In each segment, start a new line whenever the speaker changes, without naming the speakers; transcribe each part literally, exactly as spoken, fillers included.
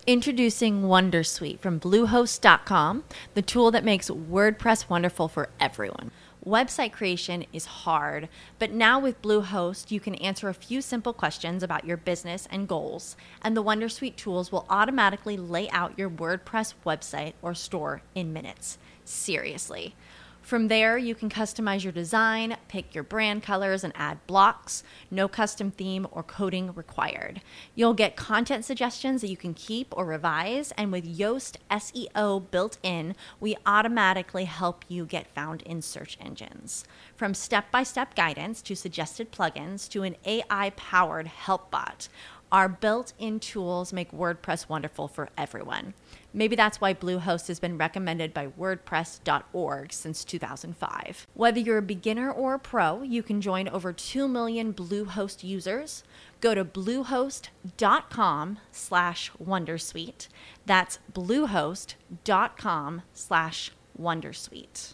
Introducing Wondersuite from Bluehost dot com, the tool that makes WordPress wonderful for everyone. Website creation is hard, but now with Bluehost, you can answer a few simple questions about your business and goals, and the Wondersuite tools will automatically lay out your WordPress website or store in minutes. Seriously. From there, you can customize your design, pick your brand colors, and add blocks. No custom theme or coding required. You'll get content suggestions that you can keep or revise, and with Yoast S E O built in, we automatically help you get found in search engines. From step-by-step guidance to suggested plugins to an A I-powered help bot, our built-in tools make WordPress wonderful for everyone. Maybe that's why Bluehost has been recommended by WordPress dot org since two thousand five. Whether you're a beginner or a pro, you can join over two million Bluehost users. Go to bluehost dot com slash wondersuite. That's bluehost dot com slash wondersuite.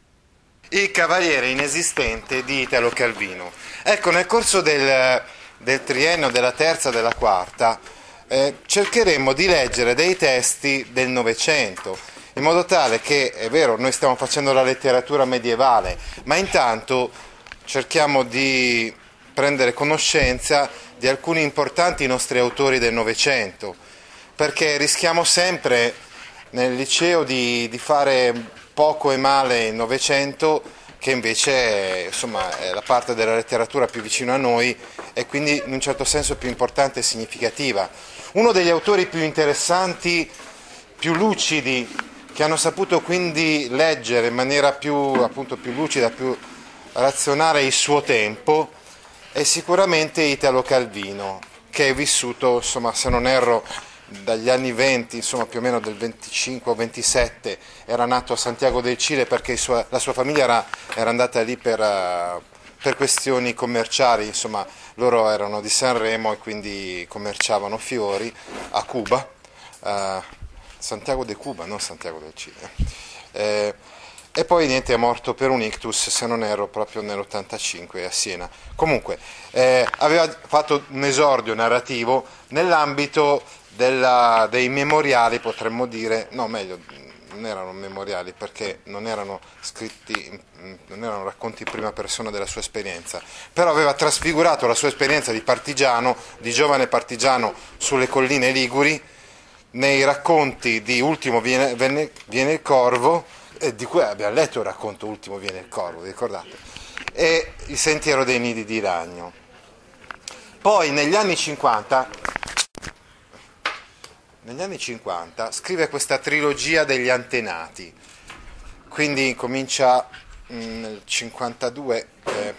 Il Cavaliere Inesistente di Italo Calvino. Ecco, nel corso del, del triennio, della terza, della quarta, Eh, cercheremo di leggere dei testi del Novecento, in modo tale che, è vero, noi stiamo facendo la letteratura medievale, ma intanto cerchiamo di prendere conoscenza di alcuni importanti nostri autori del Novecento, perché rischiamo sempre nel liceo di, di fare poco e male il Novecento, che invece insomma, è la parte della letteratura più vicina a noi e quindi in un certo senso più importante e significativa. Uno degli autori più interessanti, più lucidi, che hanno saputo quindi leggere in maniera più, appunto, più lucida, più razionale il suo tempo, è sicuramente Italo Calvino, che è vissuto, insomma, se non erro, dagli anni venti, insomma più o meno del venticinque o ventisette, era nato a Santiago del Cile perché sua, la sua famiglia era, era andata lì per, uh, per questioni commerciali, insomma loro erano di Sanremo e quindi commerciavano fiori a Cuba, uh, Santiago de Cuba, non Santiago del Cile. Eh, e poi niente, è morto per un ictus, se non erro, proprio nell'ottantacinque a Siena. Comunque, eh, aveva fatto un esordio narrativo nell'ambito della, dei memoriali, potremmo dire, no meglio, non erano memoriali perché non erano scritti, non erano racconti in prima persona della sua esperienza, però aveva trasfigurato la sua esperienza di partigiano, di giovane partigiano sulle colline liguri, nei racconti di Ultimo viene, viene, viene il Corvo, eh, di cui abbiamo letto il racconto Ultimo viene il Corvo, vi ricordate? E Il sentiero dei nidi di ragno. Poi negli anni cinquanta, negli anni cinquanta scrive questa trilogia degli antenati, quindi comincia mh, nel cinquantadue eh,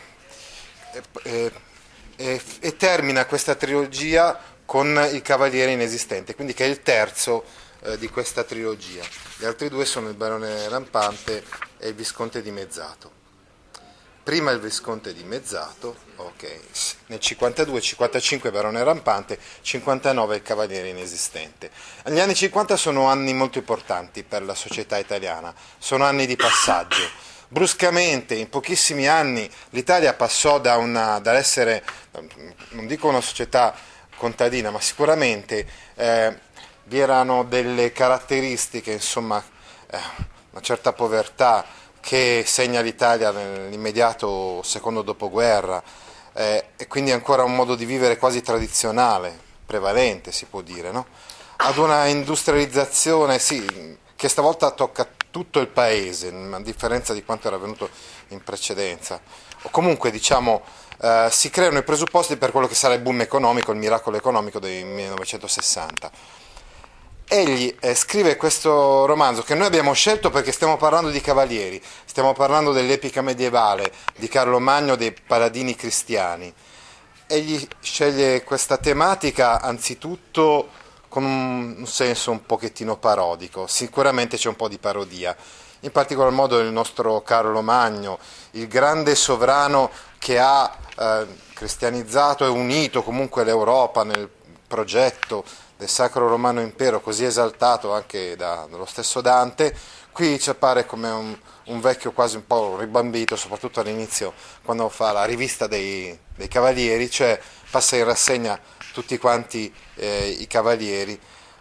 eh, eh, e termina questa trilogia con Il Cavaliere Inesistente, quindi che è il terzo eh, di questa trilogia. Gli altri due sono Il Barone Rampante e Il Visconte Dimezzato. Prima Il Visconte Dimezzato, ok, nel cinquantadue cinquantacinque Barone Rampante, cinquantanove Il Cavaliere Inesistente. Gli anni cinquanta sono anni molto importanti per la società italiana, sono anni di passaggio. Bruscamente, in pochissimi anni, l'Italia passò da una, dall'essere, non dico una società contadina, ma sicuramente eh, vi erano delle caratteristiche, insomma, eh, una certa povertà che segna l'Italia nell'immediato secondo dopoguerra, eh, e quindi ancora un modo di vivere quasi tradizionale, prevalente si può dire, no? Ad una industrializzazione, sì, che stavolta tocca tutto il paese, a differenza di quanto era avvenuto in precedenza. O comunque, diciamo, eh, si creano i presupposti per quello che sarà il boom economico, il miracolo economico del millenovecentosessanta. Egli eh, scrive questo romanzo che noi abbiamo scelto perché stiamo parlando di cavalieri, stiamo parlando dell'epica medievale, di Carlo Magno, dei paladini cristiani. Egli sceglie questa tematica anzitutto con un senso un pochettino parodico, sicuramente c'è un po' di parodia, in particolar modo il nostro Carlo Magno, il grande sovrano che ha eh, cristianizzato e unito comunque l'Europa nel progetto del Sacro Romano Impero, così esaltato anche da, dallo stesso Dante. Qui ci appare come un, un vecchio quasi un po' ribambito, soprattutto all'inizio quando fa la rivista dei, dei cavalieri, cioè passa in rassegna tutti quanti eh, i cavalieri,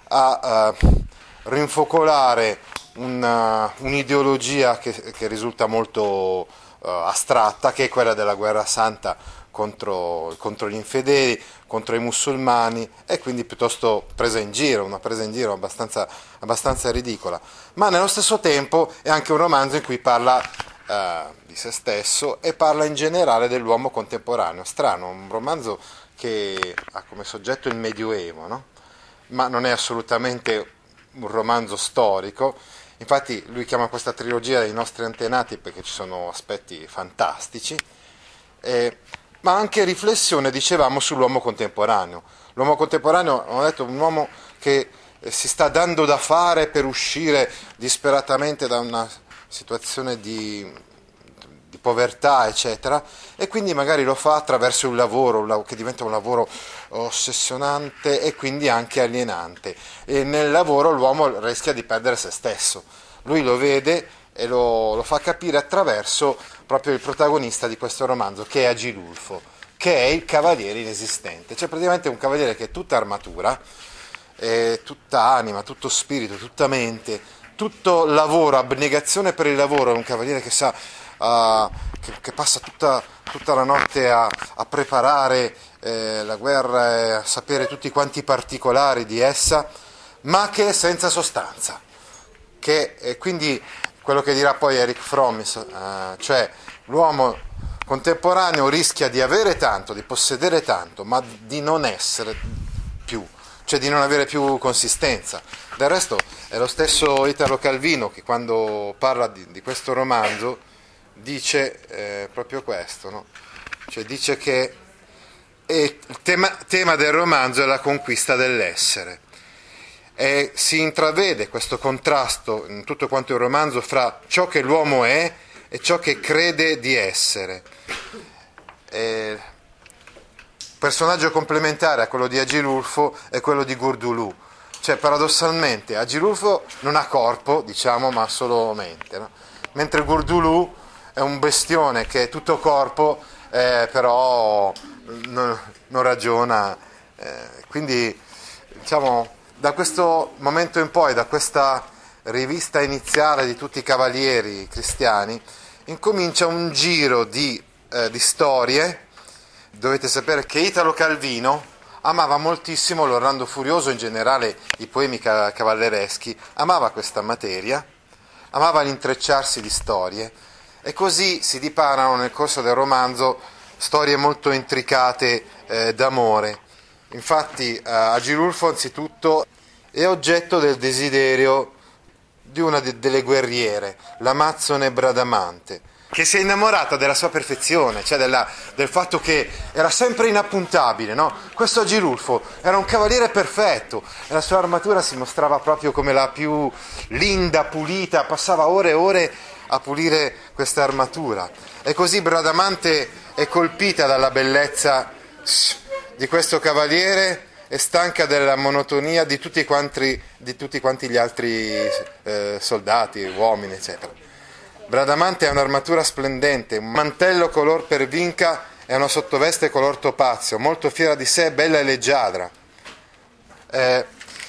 a uh, rinfocolare una, un'ideologia che, che risulta molto uh, astratta, che è quella della guerra santa contro, contro gli infedeli, contro i musulmani, e quindi piuttosto presa in giro, una presa in giro abbastanza, abbastanza ridicola. Ma nello stesso tempo è anche un romanzo in cui parla uh, di se stesso e parla in generale dell'uomo contemporaneo. Strano, un romanzo che ha come soggetto il Medioevo, no? Ma non è assolutamente un romanzo storico. Infatti lui chiama questa trilogia dei nostri antenati perché ci sono aspetti fantastici, eh, ma anche riflessione, dicevamo, sull'uomo contemporaneo. L'uomo contemporaneo, ho detto, un uomo che eh, si sta dando da fare per uscire disperatamente da una situazione di, di povertà, eccetera, e quindi magari lo fa attraverso un lavoro che diventa un lavoro ossessionante e quindi anche alienante, e nel lavoro l'uomo rischia di perdere se stesso. Lui lo vede e lo, lo fa capire attraverso proprio il protagonista di questo romanzo, che è Agilulfo, che è il cavaliere inesistente, cioè praticamente un cavaliere che è tutta armatura, è tutta anima, tutto spirito, tutta mente, tutto lavoro, abnegazione per il lavoro. È un cavaliere che sa uh, che, che passa tutta, tutta la notte a, a preparare eh, la guerra e a sapere tutti quanti i particolari di essa, ma che è senza sostanza, che è quindi quello che dirà poi Erich Fromm, uh, cioè l'uomo contemporaneo rischia di avere tanto, di possedere tanto, ma di non essere più, cioè di non avere più consistenza. Del resto è lo stesso Italo Calvino che quando parla di, di questo romanzo dice eh, proprio questo, no? Cioè dice che è il tema, tema del romanzo è la conquista dell'essere. E si intravede questo contrasto in tutto quanto il romanzo fra ciò che l'uomo è e ciò che crede di essere. E personaggio complementare a quello di Agilulfo è quello di Gurdulù. Cioè, paradossalmente, Agilulfo non ha corpo, diciamo, ma solo mente, no? Mentre Gurdulù è un bestione che è tutto corpo, eh, però non, non ragiona. Eh, quindi, diciamo, da questo momento in poi, da questa rivista iniziale di tutti i cavalieri cristiani, incomincia un giro di, eh, di storie. Dovete sapere che Italo Calvino amava moltissimo l'Orlando Furioso, in generale i poemi cavallereschi, amava questa materia, amava l'intrecciarsi di storie, e così si dipanano nel corso del romanzo storie molto intricate eh, d'amore. Infatti eh, Agilulfo anzitutto è oggetto del desiderio di una de- delle guerriere, l'Amazzone Bradamante, che si è innamorata della sua perfezione, cioè della, del fatto che era sempre inappuntabile, no? Questo Agilulfo era un cavaliere perfetto e la sua armatura si mostrava proprio come la più linda, pulita, passava ore e ore a pulire questa armatura. E così Bradamante è colpita dalla bellezza di questo cavaliere, è stanca della monotonia di tutti quanti, di tutti quanti gli altri eh, soldati, uomini, eccetera. Bradamante ha un'armatura splendente, un mantello color pervinca e una sottoveste color topazio, molto fiera di sé, bella e leggiadra. Eh,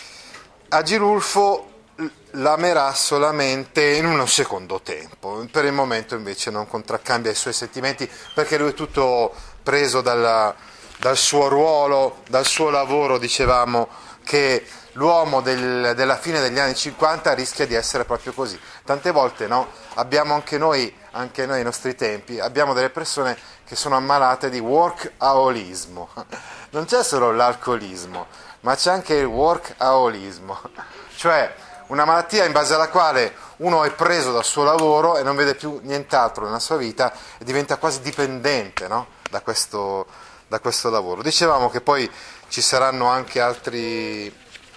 Agilulfo l'amerà solamente in un secondo tempo, per il momento invece non contraccambia i suoi sentimenti, perché lui è tutto preso dalla, dal suo ruolo, dal suo lavoro. Dicevamo che l'uomo del, della fine degli anni cinquanta rischia di essere proprio così. Tante volte, no? Abbiamo anche noi, anche noi ai nostri tempi, abbiamo delle persone che sono ammalate di workaholismo. Non c'è solo l'alcolismo, ma c'è anche il workaholismo, cioè una malattia in base alla quale uno è preso dal suo lavoro e non vede più nient'altro nella sua vita e diventa quasi dipendente, no? da, questo, da questo lavoro. Dicevamo che poi ci saranno anche altri,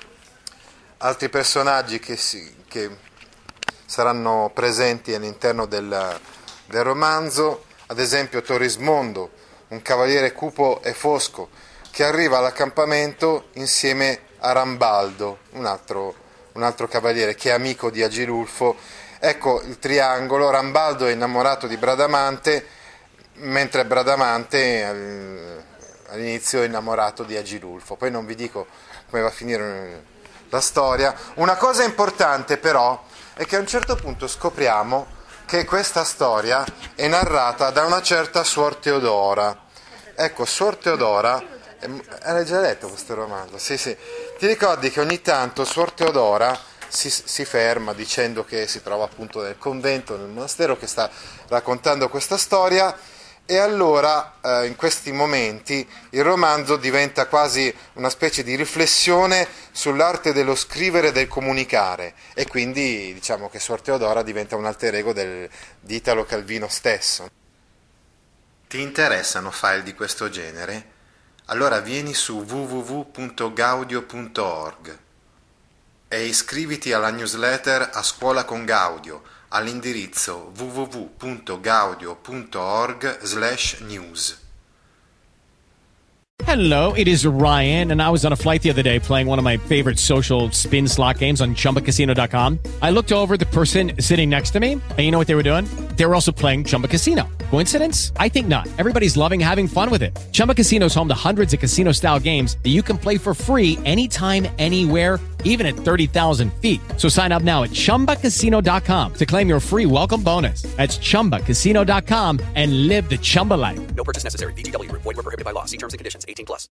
altri personaggi che, si, che saranno presenti all'interno del, del romanzo, ad esempio Torismondo, un cavaliere cupo e fosco che arriva all'accampamento insieme a Rambaldo, un altro un altro cavaliere che è amico di Agilulfo. Ecco il triangolo: Rambaldo è innamorato di Bradamante, mentre Bradamante all'inizio è innamorato di Agilulfo. Poi non vi dico come va a finire la storia. Una cosa importante però è che a un certo punto scopriamo che questa storia è narrata da una certa Suor Teodora. Ecco, Suor Teodora, hai già letto questo romanzo? Sì, sì. Ti ricordi che ogni tanto Suor Teodora si, si ferma dicendo che si trova appunto nel convento, nel monastero, che sta raccontando questa storia, e allora eh, in questi momenti il romanzo diventa quasi una specie di riflessione sull'arte dello scrivere e del comunicare, e quindi diciamo che Suor Teodora diventa un alter ego del, di Italo Calvino stesso. Ti interessano file di questo genere? Allora vieni su w w w punto gaudio punto org e iscriviti alla newsletter A Scuola con Gaudio all'indirizzo w w w punto gaudio punto org slash news.
Hello, it is Ryan, and I was on a flight the other day playing one of my favorite social spin slot games on chumba casino dot com. I looked over at the person sitting next to me, and you know what they were doing? They were also playing Chumba Casino. Coincidence? I think not. Everybody's loving having fun with it. Chumba Casino is home to hundreds of casino-style games that you can play for free anytime, anywhere, even at thirty thousand feet. So sign up now at chumba casino dot com to claim your free welcome bonus. That's chumba casino dot com and live the Chumba life.
No purchase necessary. V G W. Void where prohibited by law. See terms and conditions. eighteen plus.